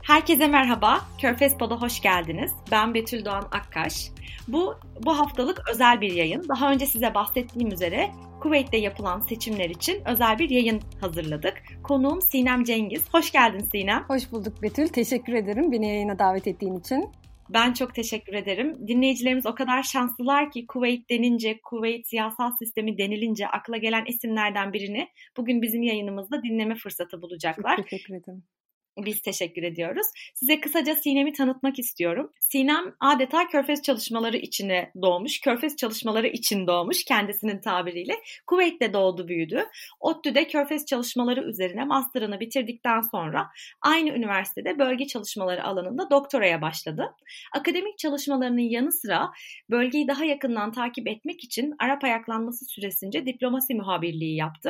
Herkese merhaba, Körfez Pod'a hoş geldiniz. Ben Betül Doğan Akkaş. Bu haftalık özel bir yayın. Daha önce size bahsettiğim üzere Kuveyt'te yapılan seçimler için özel bir yayın hazırladık. Konuğum Sinem Cengiz. Hoş geldin Sinem. Hoş bulduk Betül. Teşekkür ederim beni yayına davet ettiğin için. Ben çok teşekkür ederim. Dinleyicilerimiz o kadar şanslılar ki Kuveyt denince, Kuveyt siyasal sistemi denilince akla gelen isimlerden birini bugün bizim yayınımızda dinleme fırsatı bulacaklar. Çok teşekkür ederim. Biz teşekkür ediyoruz. Size kısaca Sinem'i tanıtmak istiyorum. Sinem adeta Körfez çalışmaları içine doğmuş, Körfez çalışmaları için doğmuş kendisinin tabiriyle. Kuveyt'te doğdu büyüdü. ODTÜ'de Körfez çalışmaları üzerine master'ını bitirdikten sonra aynı üniversitede bölge çalışmaları alanında doktoraya başladı. Akademik çalışmalarının yanı sıra bölgeyi daha yakından takip etmek için Arap ayaklanması süresince diplomasi muhabirliği yaptı.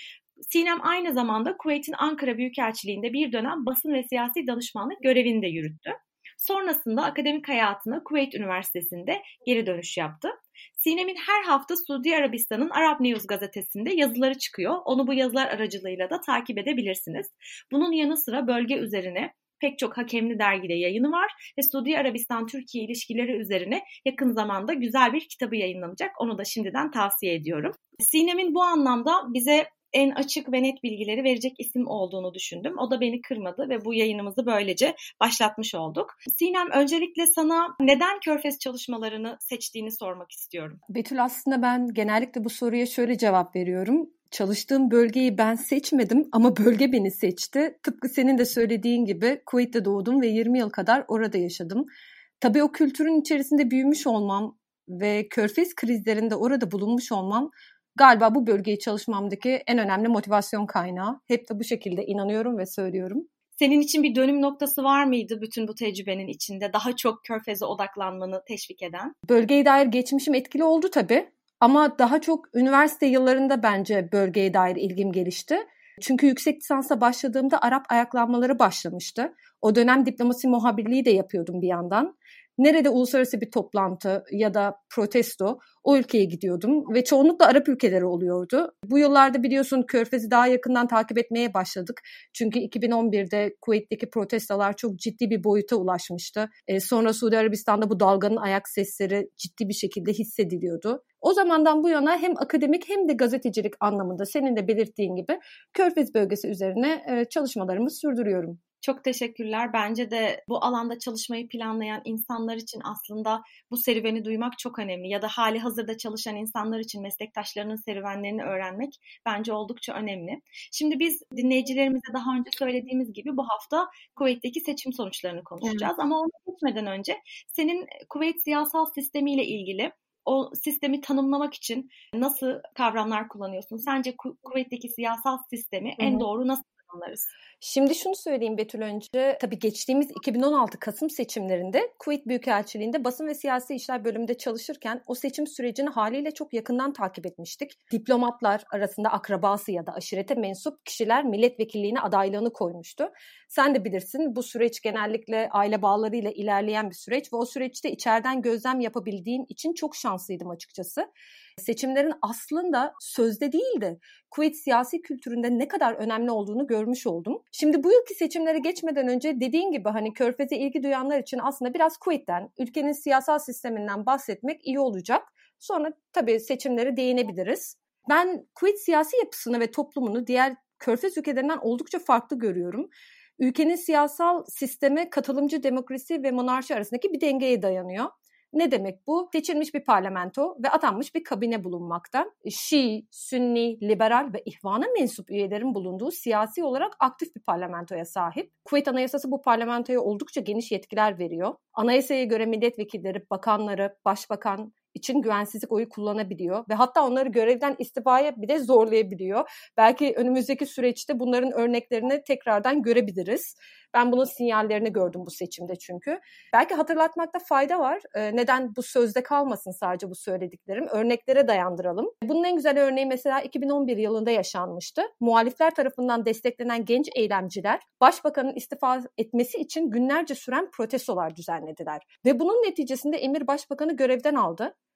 Sinem aynı zamanda Kuveyt'in Ankara Büyükelçiliği'nde bir dönem basın ve siyasi danışmanlık görevini de yürüttü. Sonrasında akademik hayatına Kuveyt Üniversitesi'nde geri dönüş yaptı. Sinem'in her hafta Suudi Arabistan'ın Arab News gazetesinde yazıları çıkıyor. Onu bu yazılar aracılığıyla da takip edebilirsiniz. Bunun yanı sıra bölge üzerine pek çok hakemli dergide yayını var ve Suudi Arabistan-Türkiye ilişkileri üzerine yakın zamanda güzel bir kitabı yayınlanacak. Onu da şimdiden tavsiye ediyorum. Sinem'in bu anlamda bize en açık ve net bilgileri verecek isim olduğunu düşündüm. O da beni kırmadı ve bu yayınımızı böylece başlatmış olduk. Sinem, öncelikle sana neden Körfez çalışmalarını seçtiğini sormak istiyorum. Betül, aslında ben genellikle bu soruya şöyle cevap veriyorum. Çalıştığım bölgeyi ben seçmedim ama bölge beni seçti. Tıpkı senin de söylediğin gibi Kuveyt'te doğdum ve 20 yıl kadar orada yaşadım. Tabii o kültürün içerisinde büyümüş olmam ve Körfez krizlerinde orada bulunmuş olmam galiba bu bölgeyi çalışmamdaki en önemli motivasyon kaynağı. Hep de bu şekilde inanıyorum ve söylüyorum. Senin için bir dönüm noktası var mıydı bütün bu tecrübenin içinde? Daha çok Körfez'e odaklanmanı teşvik eden? Bölgeye dair geçmişim etkili oldu tabii. Ama daha çok üniversite yıllarında bence bölgeye dair ilgim gelişti. Çünkü yüksek lisansa başladığımda Arap ayaklanmaları başlamıştı. O dönem diplomasi muhabirliği de yapıyordum bir yandan. Nerede uluslararası bir toplantı ya da protesto, o ülkeye gidiyordum ve çoğunlukla Arap ülkeleri oluyordu. Bu yıllarda biliyorsun Körfez'i daha yakından takip etmeye başladık. Çünkü 2011'de Kuveyt'teki protestolar çok ciddi bir boyuta ulaşmıştı. Sonra Suudi Arabistan'da bu dalganın ayak sesleri ciddi bir şekilde hissediliyordu. O zamandan bu yana hem akademik hem de gazetecilik anlamında senin de belirttiğin gibi Körfez bölgesi üzerine çalışmalarımı sürdürüyorum. Çok teşekkürler. Bence de bu alanda çalışmayı planlayan insanlar için aslında bu serüveni duymak çok önemli. Ya da hali hazırda çalışan insanlar için meslektaşlarının serüvenlerini öğrenmek bence oldukça önemli. Şimdi biz dinleyicilerimize daha önce söylediğimiz gibi bu hafta Kuveyt'teki seçim sonuçlarını konuşacağız. Evet. Ama onu geçmeden önce senin Kuveyt siyasal sistemiyle ilgili o sistemi tanımlamak için nasıl kavramlar kullanıyorsun? Sence Kuveyt'teki siyasal sistemi en doğru nasıl tanımlarız? Şimdi şunu söyleyeyim Betül önce. Tabii geçtiğimiz 2016 Kasım seçimlerinde Kuveyt Büyükelçiliği'nde basın ve siyasi işler bölümünde çalışırken o seçim sürecini haliyle çok yakından takip etmiştik. Diplomatlar arasında akrabası ya da aşirete mensup kişiler milletvekilliğine adaylığını koymuştu. Sen de bilirsin, bu süreç genellikle aile bağlarıyla ilerleyen bir süreç ve o süreçte içeriden gözlem yapabildiğim için çok şanslıydım açıkçası. Seçimlerin aslında sözde değil de Kuveyt siyasi kültüründe ne kadar önemli olduğunu görmüş oldum. Şimdi bu yılki seçimlere geçmeden önce dediğin gibi hani Körfez'e ilgi duyanlar için aslında biraz Kuveyt'ten, ülkenin siyasal sisteminden bahsetmek iyi olacak. Sonra tabii seçimlere değinebiliriz. Ben Kuveyt siyasi yapısını ve toplumunu diğer Körfez ülkelerinden oldukça farklı görüyorum. Ülkenin siyasal sistemi katılımcı demokrasi ve monarşi arasındaki bir dengeye dayanıyor. Ne demek bu? Seçilmiş bir parlamento ve atanmış bir kabine bulunmakta. Şii, Sünni, liberal ve ihvana mensup üyelerin bulunduğu siyasi olarak aktif bir parlamentoya sahip. Kuveyt Anayasası bu parlamentoya oldukça geniş yetkiler veriyor. Anayasaya göre milletvekilleri, bakanları, başbakan için güvensizlik oyu kullanabiliyor ve hatta onları görevden istifaya bile zorlayabiliyor. Belki önümüzdeki süreçte bunların örneklerini tekrardan görebiliriz. Ben bunun sinyallerini gördüm bu seçimde çünkü. Belki hatırlatmakta fayda var. Neden bu sözde kalmasın sadece bu söylediklerim? Örneklere dayandıralım. Bunun en güzel örneği mesela 2011 yılında yaşanmıştı. Muhalifler tarafından desteklenen genç eylemciler başbakanın istifa etmesi için günlerce süren protestolar düzenlediler. Ve bunun neticesinde emir başbakanı görevden aldı.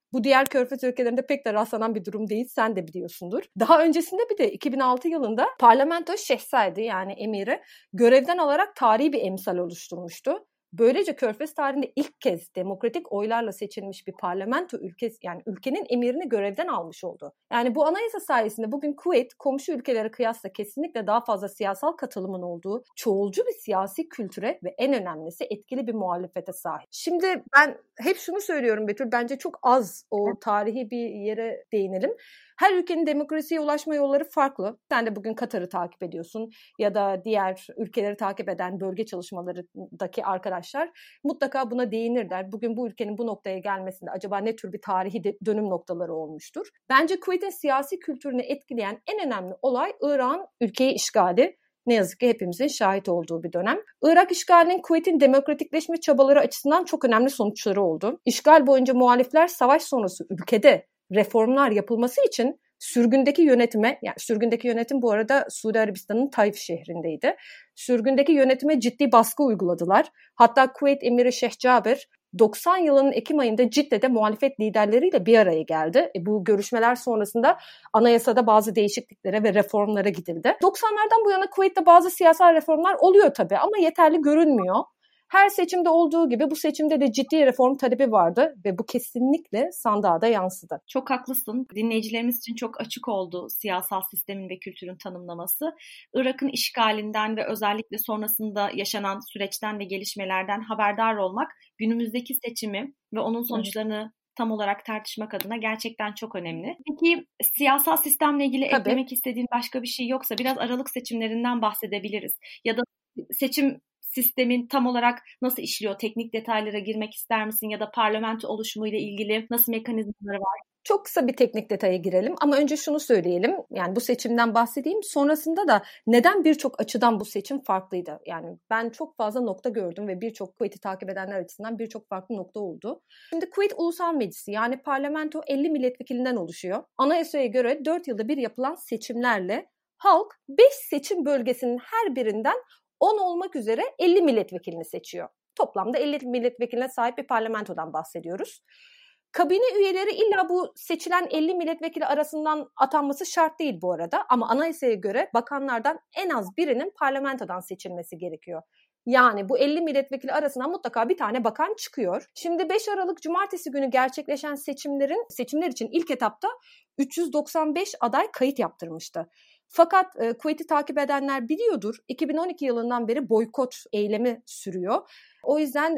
Bu diğer Körfez ülkelerinde pek de rastlanan bir durum değil. Sen de biliyorsundur. Daha öncesinde bir de 2006 yılında parlamento şehzade yani emiri görevden alarak tarihi bir emsal oluşturmuştu. Böylece Körfez tarihinde ilk kez demokratik oylarla seçilmiş bir parlamento ülkesi yani ülkenin emirini görevden almış oldu. Yani bu anayasa sayesinde bugün Kuveyt komşu ülkelere kıyasla kesinlikle daha fazla siyasal katılımın olduğu çoğulcu bir siyasi kültüre ve en önemlisi etkili bir muhalefete sahip. Şimdi ben hep şunu söylüyorum Betül, bence çok az o tarihi bir yere değinelim. Her ülkenin demokrasiye ulaşma yolları farklı. Sen de bugün Katar'ı takip ediyorsun ya da diğer ülkeleri takip eden bölge çalışmalarındaki arkadaşlar mutlaka buna değinirler. Bugün bu ülkenin bu noktaya gelmesinde acaba ne tür bir tarihi dönüm noktaları olmuştur? Bence Kuveyt'in siyasi kültürünü etkileyen en önemli olay İran ülkeyi işgali. Ne yazık ki hepimizin şahit olduğu bir dönem. Irak işgalinin Kuveyt'in demokratikleşme çabaları açısından çok önemli sonuçları oldu. İşgal boyunca muhalifler savaş sonrası ülkede reformlar yapılması için sürgündeki yönetime, yani sürgündeki yönetim bu arada Suudi Arabistan'ın Taif şehrindeydi. Sürgündeki yönetime ciddi baskı uyguladılar. Hatta Kuveyt Emiri Şeyh Caber 90 yılının Ekim ayında Cidde'de muhalefet liderleriyle bir araya geldi. Bu görüşmeler sonrasında anayasada bazı değişikliklere ve reformlara gidildi. 90'lardan bu yana Kuveyt'te bazı siyasal reformlar oluyor tabii ama yeterli görünmüyor. Her seçimde olduğu gibi bu seçimde de ciddi reform talebi vardı ve bu kesinlikle sandığa da yansıdı. Çok haklısın. Dinleyicilerimiz için çok açık oldu siyasal sistemin ve kültürün tanımlaması. Irak'ın işgalinden ve özellikle sonrasında yaşanan süreçten ve gelişmelerden haberdar olmak günümüzdeki seçimi ve onun sonuçlarını tam olarak tartışmak adına gerçekten çok önemli. Peki siyasal sistemle ilgili eklemek istediğin başka bir şey yoksa biraz aralık seçimlerinden bahsedebiliriz. Ya da seçim sistemin tam olarak nasıl işliyor? Teknik detaylara girmek ister misin? Ya da parlamento oluşumuyla ilgili nasıl mekanizmaları var? Çok kısa bir teknik detaya girelim ama önce şunu söyleyelim. Yani bu seçimden bahsedeyim. Sonrasında da neden birçok açıdan bu seçim farklıydı? Yani ben çok fazla nokta gördüm ve birçok Kuveyt'i takip edenler açısından birçok farklı nokta oldu. Şimdi Kuveyt Ulusal Meclisi yani parlamento 50 milletvekilinden oluşuyor. Anayasaya göre 4 yılda bir yapılan seçimlerle halk 5 seçim bölgesinin her birinden 10 olmak üzere 50 milletvekilini seçiyor. Toplamda 50 milletvekiline sahip bir parlamentodan bahsediyoruz. Kabine üyeleri illa bu seçilen 50 milletvekili arasından atanması şart değil bu arada. Ama anayasaya göre bakanlardan en az birinin parlamentodan seçilmesi gerekiyor. Yani bu 50 milletvekili arasından mutlaka bir tane bakan çıkıyor. Şimdi 5 Aralık Cumartesi günü gerçekleşen seçimler için ilk etapta 395 aday kayıt yaptırmıştı. Fakat Kuveyt'i takip edenler biliyordur. 2012 yılından beri boykot eylemi sürüyor. O yüzden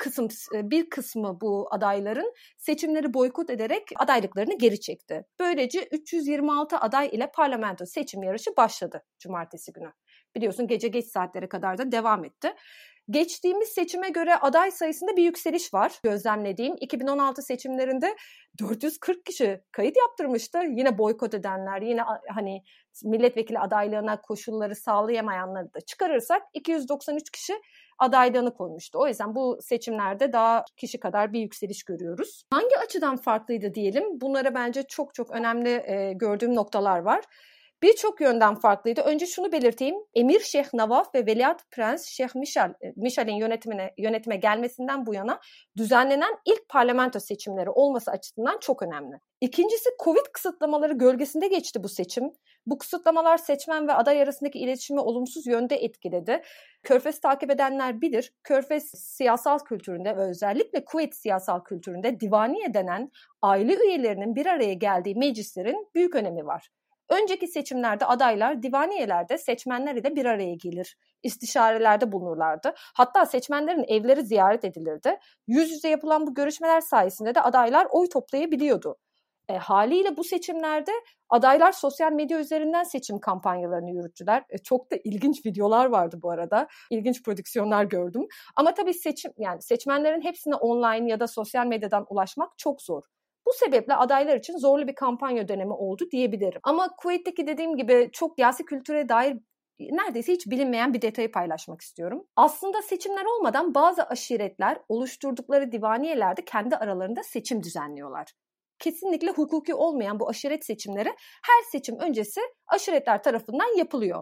bir kısmı bu adayların seçimleri boykot ederek adaylıklarını geri çekti. Böylece 326 aday ile parlamento seçim yarışı başladı Cumartesi günü. Biliyorsun gece geç saatlere kadar da devam etti. Geçtiğimiz seçime göre aday sayısında bir yükseliş var. Gözlemlediğim 2016 seçimlerinde 440 kişi kayıt yaptırmıştı. Yine boykot edenler, yine hani milletvekili adaylığına koşulları sağlayamayanları da çıkarırsak 293 kişi adaylığını koymuştu. O yüzden bu seçimlerde daha kişi kadar bir yükseliş görüyoruz. Hangi açıdan farklıydı diyelim? Bunlara bence çok çok önemli gördüğüm noktalar var. Birçok yönden farklıydı. Önce şunu belirteyim. Emir Şeyh Navaf ve Veliaht Prens Şeyh Michel'in yönetime gelmesinden bu yana düzenlenen ilk parlamento seçimleri olması açısından çok önemli. İkincisi Covid kısıtlamaları gölgesinde geçti bu seçim. Bu kısıtlamalar seçmen ve aday arasındaki iletişimi olumsuz yönde etkiledi. Körfez takip edenler bilir. Körfez siyasal kültüründe ve özellikle Kuveyt siyasal kültüründe divaniye denen aile üyelerinin bir araya geldiği meclislerin büyük önemi var. Önceki seçimlerde adaylar divaniyelerde seçmenler ile bir araya gelir, istişarelerde bulunurlardı. Hatta seçmenlerin evleri ziyaret edilirdi. Yüz yüze yapılan bu görüşmeler sayesinde de adaylar oy toplayabiliyordu. Haliyle bu seçimlerde adaylar sosyal medya üzerinden seçim kampanyalarını yürüttüler. Çok da ilginç videolar vardı bu arada. İlginç prodüksiyonlar gördüm. Ama tabii seçmenlerin hepsine online ya da sosyal medyadan ulaşmak çok zor. Bu sebeple adaylar için zorlu bir kampanya dönemi oldu diyebilirim. Ama Kuveyt'teki dediğim gibi çok siyasi kültüre dair neredeyse hiç bilinmeyen bir detayı paylaşmak istiyorum. Aslında seçimler olmadan bazı aşiretler oluşturdukları divaniyelerde kendi aralarında seçim düzenliyorlar. Kesinlikle hukuki olmayan bu aşiret seçimleri her seçim öncesi aşiretler tarafından yapılıyor.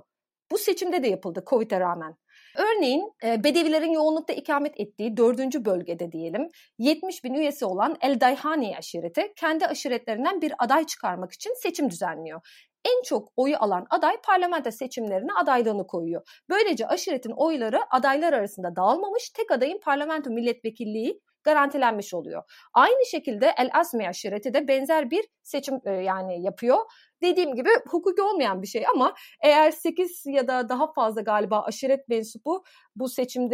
bu seçimde de yapıldı Covid'e rağmen. Örneğin Bedevilerin yoğunlukta ikamet ettiği 4. bölgede diyelim 70 bin üyesi olan El Dayhani aşireti kendi aşiretlerinden bir aday çıkarmak için seçim düzenliyor. En çok oyu alan aday parlamento seçimlerine adaylığını koyuyor. Böylece aşiretin oyları adaylar arasında dağılmamış, tek adayın parlamento milletvekilliği garantilenmiş oluyor. Aynı şekilde El Azmi aşireti de benzer bir seçim yani yapıyor. Dediğim gibi hukuki olmayan bir şey ama eğer 8 ya da daha fazla galiba aşiret mensubu bu seçimde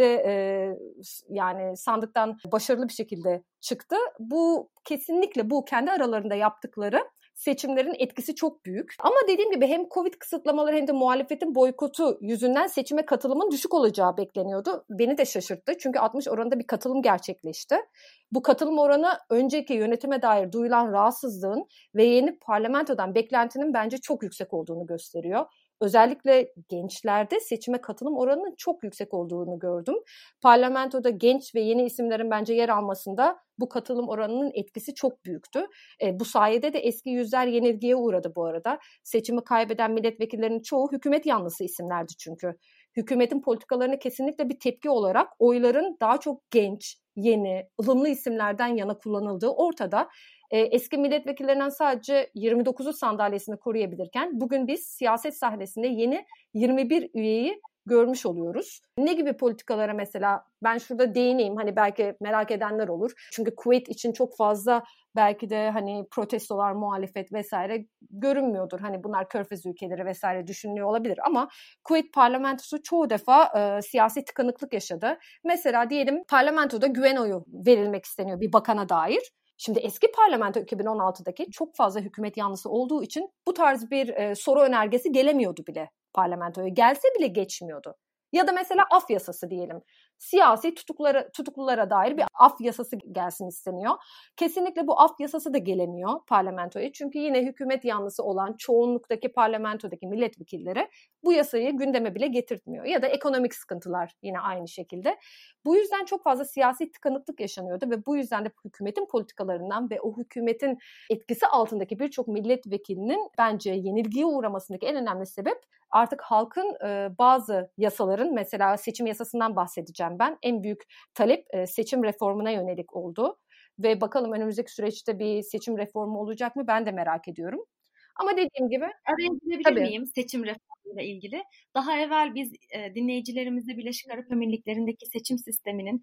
yani sandıktan başarılı bir şekilde çıktı. Bu kesinlikle bu kendi aralarında yaptıkları seçimlerin etkisi çok büyük. Ama dediğim gibi hem Covid kısıtlamaları hem de muhalefetin boykotu yüzünden seçime katılımın düşük olacağı bekleniyordu. Beni de şaşırttı çünkü 60 oranında bir katılım gerçekleşti. Bu katılım oranı önceki yönetime dair duyulan rahatsızlığın ve yeni parlamentodan beklentinin bence çok yüksek olduğunu gösteriyor. Özellikle gençlerde seçime katılım oranının çok yüksek olduğunu gördüm. Parlamentoda genç ve yeni isimlerin bence yer almasında bu katılım oranının etkisi çok büyüktü. Bu sayede de eski yüzler yenilgiye uğradı bu arada. Seçimi kaybeden milletvekillerinin çoğu hükümet yanlısı isimlerdi çünkü. Hükümetin politikalarına kesinlikle bir tepki olarak oyların daha çok genç, yeni, ılımlı isimlerden yana kullanıldığı ortada. Eski milletvekillerinden sadece 29'u sandalyesini koruyabilirken bugün biz siyaset sahnesinde yeni 21 üyeyi görmüş oluyoruz. Ne gibi politikalara mesela ben şurada değineyim hani belki merak edenler olur. Çünkü Kuveyt için çok fazla belki de hani protestolar, muhalefet vesaire görünmüyordur. Hani bunlar Körfez ülkeleri vesaire düşünülüyor olabilir ama Kuveyt parlamentosu çoğu defa siyasi tıkanıklık yaşadı. Mesela diyelim parlamentoda güven oyu verilmek isteniyor bir bakana dair. Şimdi eski parlamento 2016'daki çok fazla hükümet yanlısı olduğu için bu tarz bir soru önergesi gelemiyordu bile parlamentoya. Gelse bile geçmiyordu. Ya da mesela af yasası diyelim. Siyasi tutuklulara dair bir af yasası gelsin isteniyor. Kesinlikle bu af yasası da gelemiyor parlamentoya. Çünkü yine hükümet yanlısı olan çoğunluktaki parlamentodaki milletvekilleri bu yasayı gündeme bile getirtmiyor. Ya da ekonomik sıkıntılar yine aynı şekilde. Bu yüzden çok fazla siyasi tıkanıklık yaşanıyordu ve bu yüzden de hükümetin politikalarından ve o hükümetin etkisi altındaki birçok milletvekilinin bence yenilgiye uğramasındaki en önemli sebep artık halkın bazı yasaların mesela seçim yasasından bahsedeceğim ben. En büyük talep seçim reformuna yönelik oldu ve bakalım önümüzdeki süreçte bir seçim reformu olacak mı ben de merak ediyorum. Ama dediğim gibi araya girebilir miyim seçim reformuyla ilgili? Daha evvel biz dinleyicilerimizle Birleşik Arap Emirlikleri'ndeki seçim sisteminin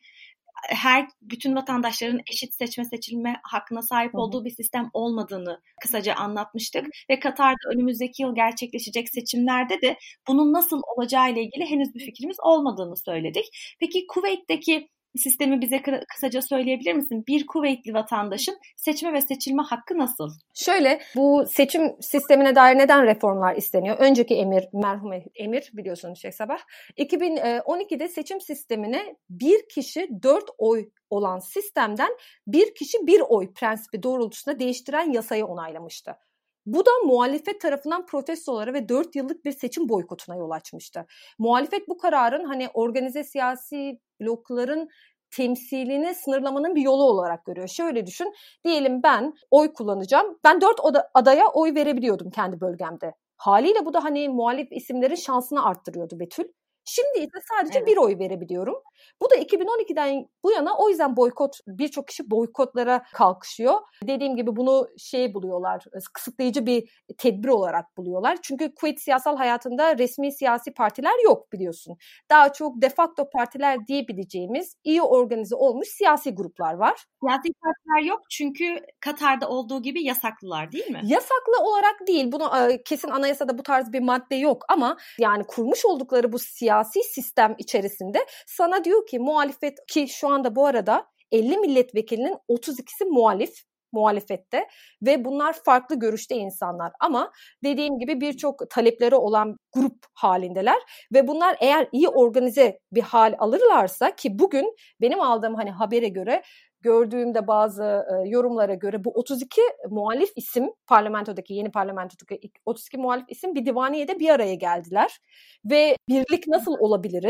bütün vatandaşların eşit seçme seçilme hakkına sahip olduğu bir sistem olmadığını kısaca anlatmıştık ve Katar'da önümüzdeki yıl gerçekleşecek seçimlerde de bunun nasıl olacağı ile ilgili henüz bir fikrimiz olmadığını söyledik. Peki Kuveyt'teki sistemi bize kısaca söyleyebilir misin? Bir Kuveytli vatandaşın seçme ve seçilme hakkı nasıl? Şöyle, bu seçim sistemine dair neden reformlar isteniyor? Önceki emir, merhum emir biliyorsunuz Şeyh Sabah, 2012'de seçim sistemine bir kişi 4 oy olan sistemden bir kişi 1 oy prensibi doğrultusunda değiştiren yasayı onaylamıştı. Bu da muhalefet tarafından protestolara ve 4 yıllık bir seçim boykotuna yol açmıştı. Muhalefet bu kararın hani organize siyasi blokların temsilini sınırlamanın bir yolu olarak görüyor. Şöyle düşün, diyelim ben oy kullanacağım. Ben 4 adaya oy verebiliyordum kendi bölgemde. Haliyle bu da hani muhalif isimlerin şansını arttırıyordu Betül. Şimdi ise sadece bir oy verebiliyorum. Bu da 2012'den bu yana o yüzden birçok kişi boykotlara kalkışıyor. Dediğim gibi bunu buluyorlar, kısıtlayıcı bir tedbir olarak buluyorlar. Çünkü Kuveyt siyasal hayatında resmi siyasi partiler yok biliyorsun. Daha çok de facto partiler diyebileceğimiz iyi organize olmuş siyasi gruplar var. Siyasi partiler yok çünkü Katar'da olduğu gibi yasaklılar değil mi? Yasaklı olarak değil. Bunu kesin anayasada bu tarz bir madde yok ama yani kurmuş oldukları bu siyasi sistem içerisinde sana diyor ki muhalefet, ki şu anda bu arada 50 milletvekilinin 32'si muhalefette ve bunlar farklı görüşte insanlar ama dediğim gibi birçok talepleri olan grup halindeler ve bunlar eğer iyi organize bir hal alırlarsa, ki bugün benim aldığım hani habere göre, gördüğümde bazı yorumlara göre bu 32 muhalif isim yeni parlamentodaki 32 muhalif isim bir divaniyede bir araya geldiler ve birlik nasıl olabiliriz?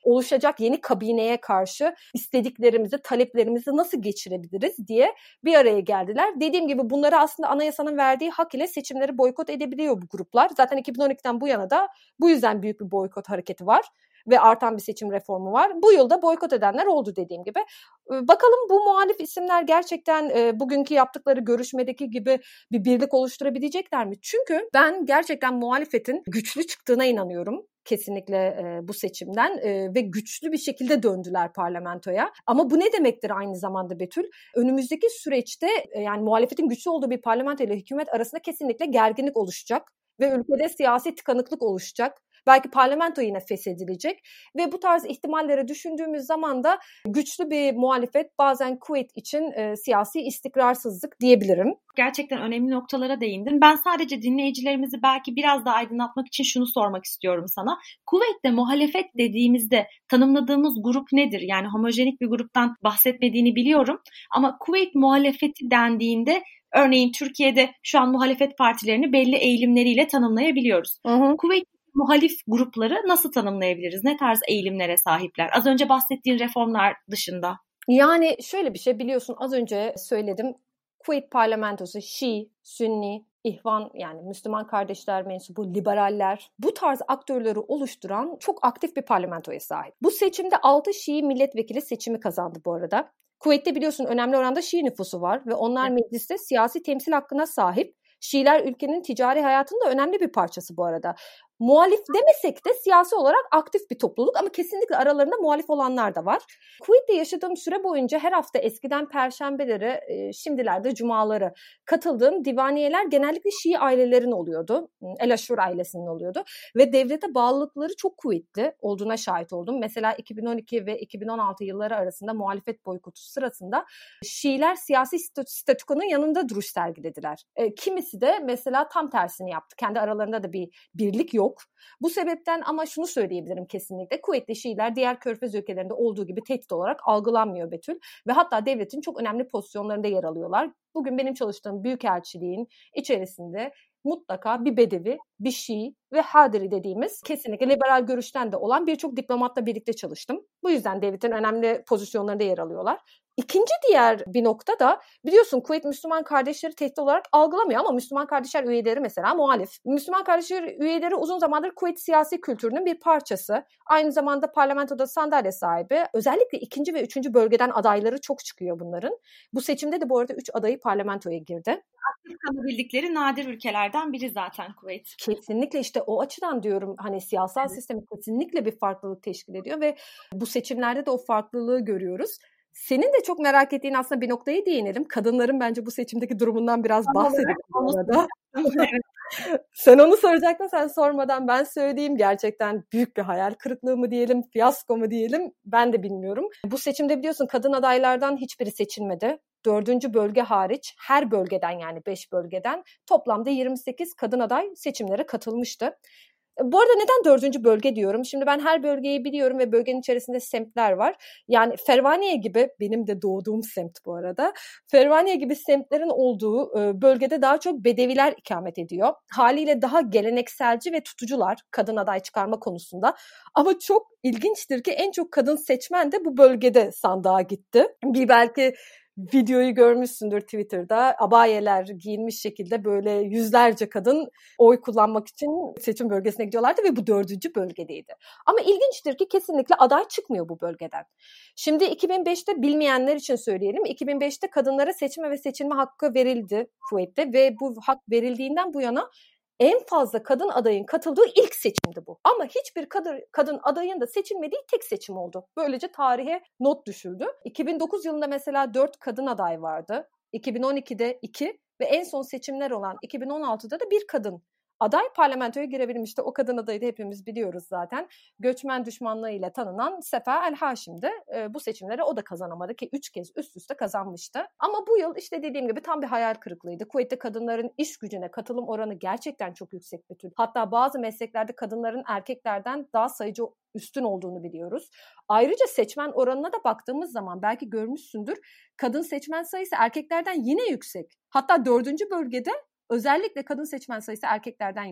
oluşacak yeni kabineye karşı istediklerimizi, taleplerimizi nasıl geçirebiliriz diye bir araya geldiler. Dediğim gibi bunları aslında anayasanın verdiği hak ile seçimleri boykot edebiliyor bu gruplar. Zaten 2012'den bu yana da bu yüzden büyük bir boykot hareketi var ve artan bir seçim reformu var. Bu yılda boykot edenler oldu dediğim gibi. Bakalım bu muhalif isimler gerçekten bugünkü yaptıkları görüşmedeki gibi bir birlik oluşturabilecekler mi? Çünkü ben gerçekten muhalefetin güçlü çıktığına inanıyorum. Kesinlikle bu seçimden ve güçlü bir şekilde döndüler parlamentoya. Ama bu ne demektir aynı zamanda Betül? Önümüzdeki süreçte yani muhalefetin güçlü olduğu bir parlamento ile hükümet arasında kesinlikle gerginlik oluşacak ve ülkede siyasi tıkanıklık oluşacak. Belki parlamento yine feshedilecek ve bu tarz ihtimalleri düşündüğümüz zaman da güçlü bir muhalefet bazen Kuveyt için siyasi istikrarsızlık diyebilirim. Gerçekten önemli noktalara değindin. Ben sadece dinleyicilerimizi belki biraz daha aydınlatmak için şunu sormak istiyorum sana. Kuveyt'te muhalefet dediğimizde tanımladığımız grup nedir? Yani homojenik bir gruptan bahsetmediğini biliyorum ama Kuveyt muhalefeti dendiğinde örneğin Türkiye'de şu an muhalefet partilerini belli eğilimleriyle tanımlayabiliyoruz. Kuveyt muhalif grupları nasıl tanımlayabiliriz? Ne tarz eğilimlere sahipler? Az önce bahsettiğin reformlar dışında. Yani şöyle bir şey biliyorsun az önce söyledim. Kuveyt parlamentosu Şii, Sünni, İhvan yani Müslüman kardeşler mensubu, liberaller bu tarz aktörleri oluşturan çok aktif bir parlamentoya sahip. Bu seçimde 6 Şii milletvekili seçimi kazandı bu arada. Kuveyt'te biliyorsun önemli oranda Şii nüfusu var ve onlar mecliste siyasi temsil hakkına sahip. Şiiler ülkenin ticari hayatının da önemli bir parçası bu arada. Muhalif demesek de siyasi olarak aktif bir topluluk ama kesinlikle aralarında muhalif olanlar da var. Kuveyt'te yaşadığım süre boyunca her hafta eskiden perşembeleri, şimdilerde cumaları katıldığım divaniyeler genellikle Şii ailelerin oluyordu. El Aşur ailesinin oluyordu ve devlete bağlılıkları çok kuvvetli olduğuna şahit oldum. Mesela 2012 ve 2016 yılları arasında muhalefet boykotu sırasında Şiiler siyasi statükonun yanında duruş sergilediler. Kimisi de mesela tam tersini yaptı. Kendi aralarında da bir birlik yok. Bu sebepten ama şunu söyleyebilirim kesinlikle. Kuveytli Şiiler diğer Körfez ülkelerinde olduğu gibi tehdit olarak algılanmıyor Betül. Ve hatta devletin çok önemli pozisyonlarında yer alıyorlar. Bugün benim çalıştığım büyükelçiliğin içerisinde mutlaka bir Bedevi, bir Şii ve Hadiri dediğimiz kesinlikle liberal görüşten de olan birçok diplomatla birlikte çalıştım. Bu yüzden devletin önemli pozisyonlarında yer alıyorlar. İkinci diğer bir nokta da biliyorsun Kuveyt Müslüman kardeşleri tehdit olarak algılamıyor ama Müslüman kardeşler üyeleri mesela muhalif. Müslüman kardeşler üyeleri uzun zamandır Kuveyt siyasi kültürünün bir parçası. Aynı zamanda parlamentoda sandalye sahibi. Özellikle 2. ve 3. bölgeden adayları çok çıkıyor bunların. Bu seçimde de bu arada 3 adayı parlamentoya girdi. Aktif kalabildikleri nadir ülkelerden biri zaten Kuveyt. Kesinlikle işte o açıdan diyorum hani siyasal sistemi kesinlikle bir farklılık teşkil ediyor ve bu seçimlerde de o farklılığı görüyoruz. Senin de çok merak ettiğin aslında bir noktaya değinelim. Kadınların bence bu seçimdeki durumundan biraz bahsedelim bu arada. Sen onu soracaktın, sen sormadan ben söyleyeyim. Gerçekten büyük bir hayal kırıklığı mı diyelim, fiyasko mu diyelim ben de bilmiyorum. Bu seçimde biliyorsun kadın adaylardan hiçbiri seçilmedi. 4. bölge hariç her bölgeden yani 5 bölgeden toplamda 28 kadın aday seçimlere katılmıştı. Bu arada neden 4. bölge diyorum? Şimdi ben her bölgeyi biliyorum ve bölgenin içerisinde semtler var. Yani Fervaniye gibi, benim de doğduğum semt bu arada. Fervaniye gibi semtlerin olduğu bölgede daha çok Bedeviler ikamet ediyor. Haliyle daha gelenekselci ve tutucular kadın aday çıkarma konusunda. Ama çok ilginçtir ki en çok kadın seçmen de bu bölgede sandığa gitti. Bir belki videoyu görmüşsündür Twitter'da. Abayeler giyinmiş şekilde böyle yüzlerce kadın oy kullanmak için seçim bölgesine gidiyorlardı ve bu 4. bölgedeydi. Ama ilginçtir ki kesinlikle aday çıkmıyor bu bölgeden. Şimdi 2005'te bilmeyenler için söyleyelim. 2005'te kadınlara seçme ve seçilme hakkı verildi Kuveyt'te ve bu hak verildiğinden bu yana en fazla kadın adayın katıldığı ilk seçimdi bu. Ama hiçbir kadın adayın da seçilmediği tek seçim oldu. Böylece tarihe not düşüldü. 2009 yılında mesela 4 kadın aday vardı. 2012'de 2 ve en son seçimler olan 2016'da da 1 kadın aday parlamentoya girebilmişti. O kadın adayı da hepimiz biliyoruz zaten. Göçmen düşmanlığıyla tanınan Sefa El Haşim'di. Bu seçimleri o da kazanamadı ki 3 kez üst üste kazanmıştı. Ama bu yıl işte dediğim gibi tam bir hayal kırıklığıydı. Kuveyt'te kadınların iş gücüne katılım oranı gerçekten çok yüksek bir tür. Hatta bazı mesleklerde kadınların erkeklerden daha sayıcı üstün olduğunu biliyoruz. Ayrıca seçmen oranına da baktığımız zaman belki görmüşsündür. Kadın seçmen sayısı erkeklerden yine yüksek. Hatta 4. bölgede özellikle kadın seçmen sayısı erkeklerden yüksek.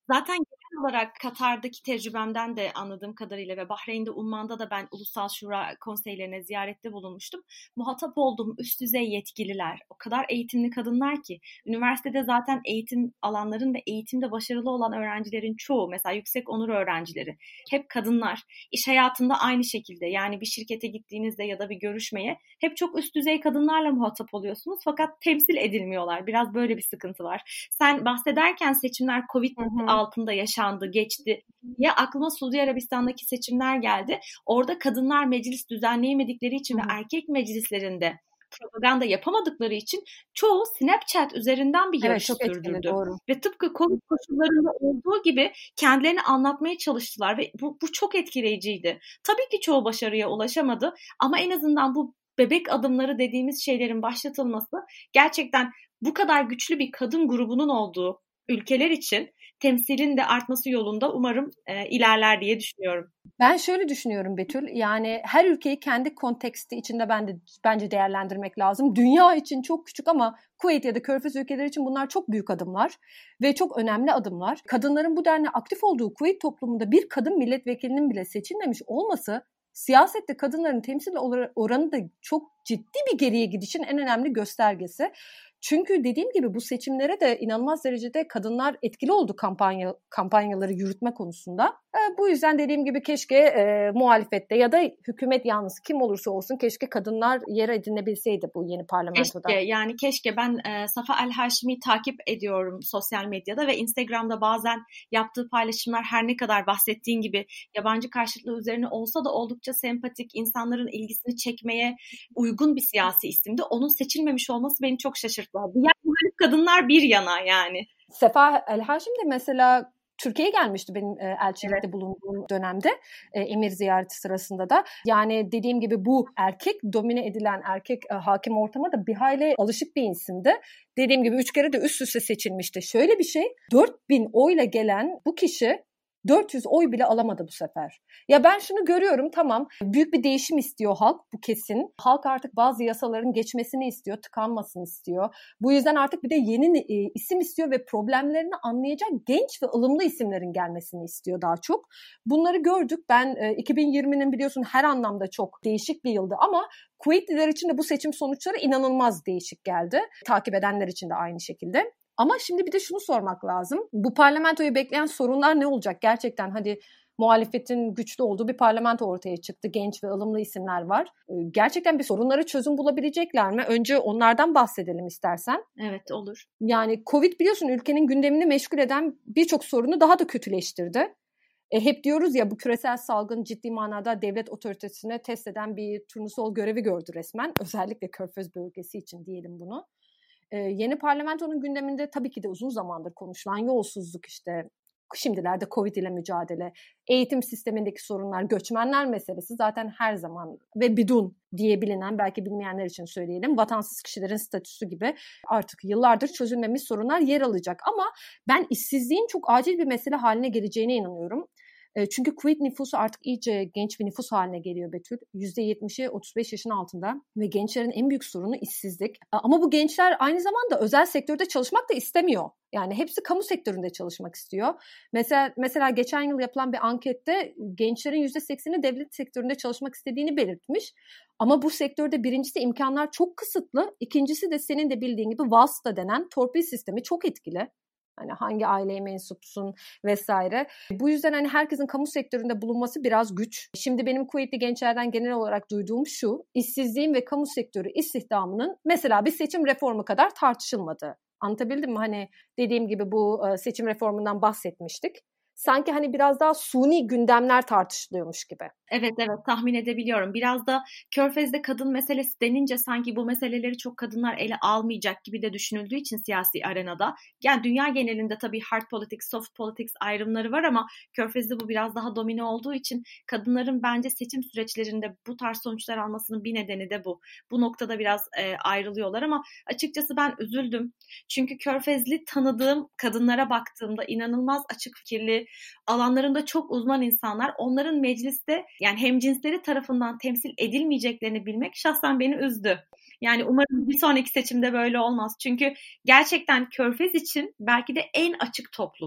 Zaten genel olarak Katar'daki tecrübemden de anladığım kadarıyla ve Bahreyn'de Umman'da da ben Ulusal Şura konseylerine ziyarette bulunmuştum. Muhatap olduğum üst düzey yetkililer, o kadar eğitimli kadınlar ki üniversitede zaten eğitim alanların ve eğitimde başarılı olan öğrencilerin çoğu, mesela yüksek onur öğrencileri hep kadınlar. İş hayatında aynı şekilde, yani bir şirkete gittiğinizde ya da bir görüşmeye hep çok üst düzey kadınlarla muhatap oluyorsunuz fakat temsil edilmiyorlar. Biraz böyle bir sıkıntı var. Sen bahsederken seçimler Covid altında yaşandı, geçti. Ya aklıma Suudi Arabistan'daki seçimler geldi. Orada kadınlar meclis düzenleyemedikleri için ve erkek meclislerinde propaganda yapamadıkları için çoğu Snapchat üzerinden bir yarış sürdürdü. Doğru. Ve tıpkı Covid koşullarında olduğu gibi kendilerini anlatmaya çalıştılar ve bu çok etkileyiciydi. Tabii ki çoğu başarıya ulaşamadı ama en azından bu bebek adımları dediğimiz şeylerin başlatılması gerçekten bu kadar güçlü bir kadın grubunun olduğu ülkeler için temsilin de artması yolunda umarım ilerler diye düşünüyorum. Ben şöyle düşünüyorum Betül, yani her ülkeyi kendi konteksti içinde bence değerlendirmek lazım. Dünya için çok küçük ama Kuveyt ya da Körfez ülkeleri için bunlar çok büyük adımlar ve çok önemli adımlar. Kadınların bu denli aktif olduğu Kuveyt toplumunda bir kadın milletvekilinin bile seçilmemiş olması, siyasette kadınların temsil oranı da çok ciddi bir geriye gidişin en önemli göstergesi. Çünkü dediğim gibi bu seçimlere de inanılmaz derecede kadınlar etkili oldu kampanyaları yürütme konusunda. Bu yüzden dediğim gibi keşke muhalefette ya da hükümet yanlısı kim olursa olsun keşke kadınlar yer edinebilseydi bu yeni parlamentoda. Keşke ben Safa El Haşimi takip ediyorum sosyal medyada ve Instagram'da bazen yaptığı paylaşımlar her ne kadar bahsettiğin gibi yabancı karşıtlığı üzerine olsa da oldukça sempatik, insanların ilgisini çekmeye uygun bir siyasi isimdi. Onun seçilmemiş olması beni çok şaşırttı. Diğer kadınlar bir yana yani. Safa El Haşim de mesela Türkiye'ye gelmişti benim elçilikte bulunduğum dönemde emir ziyareti sırasında da. Yani dediğim gibi bu erkek domine edilen erkek hakim ortama da bir hayli alışık bir isimdi. Dediğim gibi 3 kere de üst üste seçilmişti. Şöyle bir şey, 4000 oyla gelen bu kişi 400 oy bile alamadı bu sefer. Ya ben şunu görüyorum, tamam, büyük bir değişim istiyor halk, bu kesin. Halk artık bazı yasaların geçmesini istiyor, tıkanmasını istiyor. Bu yüzden artık bir de yeni isim istiyor ve problemlerini anlayacak genç ve ılımlı isimlerin gelmesini istiyor daha çok. Bunları gördük. Ben 2020'nin biliyorsun her anlamda çok değişik bir yıldı ama Kuveytliler için de bu seçim sonuçları inanılmaz değişik geldi. Takip edenler için de aynı şekilde. Ama şimdi bir de şunu sormak lazım. Bu parlamentoyu bekleyen sorunlar ne olacak? Gerçekten hadi muhalefetin güçlü olduğu bir parlamento ortaya çıktı. Genç ve ılımlı isimler var. Gerçekten bir sorunlara çözüm bulabilecekler mi? Önce onlardan bahsedelim istersen. Evet, olur. Yani Covid biliyorsun ülkenin gündemini meşgul eden birçok sorunu daha da kötüleştirdi. Hep diyoruz ya, bu küresel salgın ciddi manada devlet otoritesine test eden bir turnusol görevi gördü resmen. Özellikle Körfez bölgesi için diyelim bunu. Yeni parlamentonun gündeminde tabii ki de uzun zamandır konuşulan yolsuzluk, işte şimdilerde Covid ile mücadele, eğitim sistemindeki sorunlar, göçmenler meselesi zaten her zaman ve bidun diye bilinen, belki bilmeyenler için söyleyelim, vatansız kişilerin statüsü gibi artık yıllardır çözülmemiş sorunlar yer alacak. Ama ben işsizliğin çok acil bir mesele haline geleceğine inanıyorum. Çünkü Kuveyt nüfusu artık iyice genç bir nüfus haline geliyor Betül. %70'i 35 yaşın altında ve gençlerin en büyük sorunu işsizlik. Ama bu gençler aynı zamanda özel sektörde çalışmak da istemiyor. Yani hepsi kamu sektöründe çalışmak istiyor. Mesela geçen yıl yapılan bir ankette gençlerin %80'i devlet sektöründe çalışmak istediğini belirtmiş. Ama bu sektörde birincisi imkanlar çok kısıtlı. İkincisi de senin de bildiğin gibi vasıta denen torpil sistemi çok etkili. Hani hangi aileye mensupsun vesaire. Bu yüzden hani herkesin kamu sektöründe bulunması biraz güç. Şimdi benim Kuveytli gençlerden genel olarak duyduğum şu: işsizliğin ve kamu sektörü istihdamının mesela bir seçim reformu kadar tartışılmadığı. Anlatabildim mi? Hani dediğim gibi bu seçim reformundan bahsetmiştik. Sanki hani biraz daha suni gündemler tartışılıyormuş gibi. Evet, tahmin edebiliyorum. Biraz da Körfez'de kadın meselesi denince sanki bu meseleleri çok kadınlar ele almayacak gibi de düşünüldüğü için siyasi arenada. Yani dünya genelinde tabii hard politics, soft politics ayrımları var ama Körfez'de bu biraz daha domine olduğu için kadınların bence seçim süreçlerinde bu tarz sonuçlar almasının bir nedeni de bu. Bu noktada biraz ayrılıyorlar ama açıkçası ben üzüldüm. Çünkü Körfezli tanıdığım kadınlara baktığımda inanılmaz açık fikirli, alanlarında çok uzman insanlar, onların mecliste yani hemcinsleri tarafından temsil edilmeyeceklerini bilmek şahsen beni üzdü. Yani umarım bir sonraki seçimde böyle olmaz. Çünkü gerçekten Körfez için belki de en açık toplum.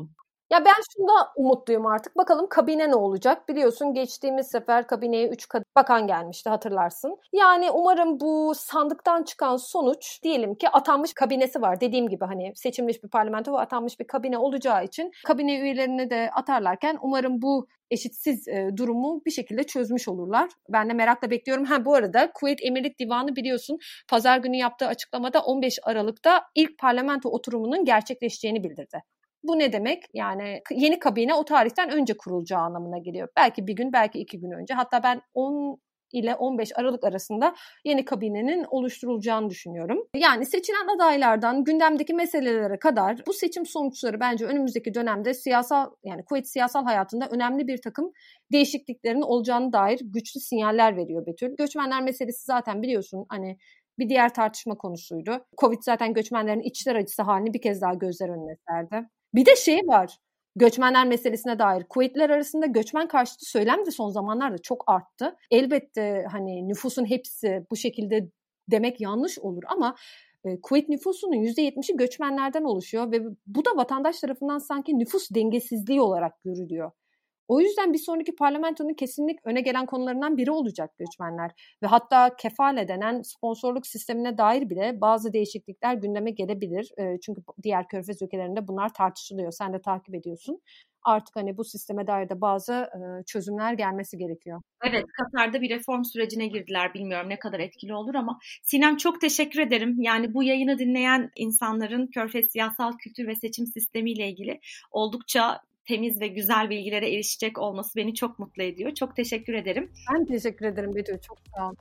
Ya ben şunda umutluyum artık. Bakalım kabine ne olacak? Biliyorsun geçtiğimiz sefer kabineye 3 bakan gelmişti, hatırlarsın. Yani umarım bu sandıktan çıkan sonuç, diyelim ki atanmış kabinesi var. Dediğim gibi hani seçilmiş bir parlamento ve atanmış bir kabine olacağı için kabine üyelerini de atarlarken umarım bu eşitsiz durumu bir şekilde çözmüş olurlar. Ben de merakla bekliyorum. Bu arada Kuveyt Emirlik Divanı biliyorsun pazar günü yaptığı açıklamada 15 Aralık'ta ilk parlamento oturumunun gerçekleşeceğini bildirdi. Bu ne demek? Yani yeni kabine o tarihten önce kurulacağı anlamına geliyor. Belki bir gün, belki 2 gün önce. Hatta ben 10 ile 15 Aralık arasında yeni kabinenin oluşturulacağını düşünüyorum. Yani seçilen adaylardan gündemdeki meselelere kadar bu seçim sonuçları bence önümüzdeki dönemde Kuveyt siyasal hayatında önemli bir takım değişikliklerin olacağını dair güçlü sinyaller veriyor Betül. Göçmenler meselesi zaten biliyorsun hani bir diğer tartışma konusuydu. Covid zaten göçmenlerin içler acısı halini bir kez daha gözler önüne serdi. Bir de var. Göçmenler meselesine dair Kuveytliler arasında göçmen karşıtı söylem de son zamanlarda çok arttı. Elbette hani nüfusun hepsi bu şekilde demek yanlış olur ama Kuveyt nüfusunun %70'i göçmenlerden oluşuyor ve bu da vatandaş tarafından sanki nüfus dengesizliği olarak görülüyor. O yüzden bir sonraki parlamentonun kesinlikle öne gelen konularından biri olacak göçmenler. Ve hatta kefale denen sponsorluk sistemine dair bile bazı değişiklikler gündeme gelebilir. Çünkü diğer Körfez ülkelerinde bunlar tartışılıyor. Sen de takip ediyorsun. Artık hani bu sisteme dair de bazı çözümler gelmesi gerekiyor. Evet, Katar'da bir reform sürecine girdiler. Bilmiyorum ne kadar etkili olur ama Sinem çok teşekkür ederim. Yani bu yayını dinleyen insanların Körfez siyasal kültür ve seçim sistemiyle ilgili oldukça temiz ve güzel bilgilere erişecek olması beni çok mutlu ediyor. Çok teşekkür ederim. Ben teşekkür ederim Betül. Çok sağ ol.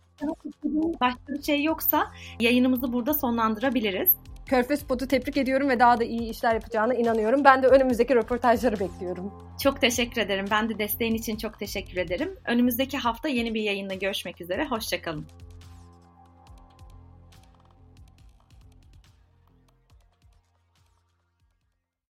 Başka bir şey yoksa yayınımızı burada sonlandırabiliriz. Körfez Spot'u tebrik ediyorum ve daha da iyi işler yapacağına inanıyorum. Ben de önümüzdeki röportajları bekliyorum. Çok teşekkür ederim. Ben de desteğin için çok teşekkür ederim. Önümüzdeki hafta yeni bir yayınla görüşmek üzere. Hoşça kalın.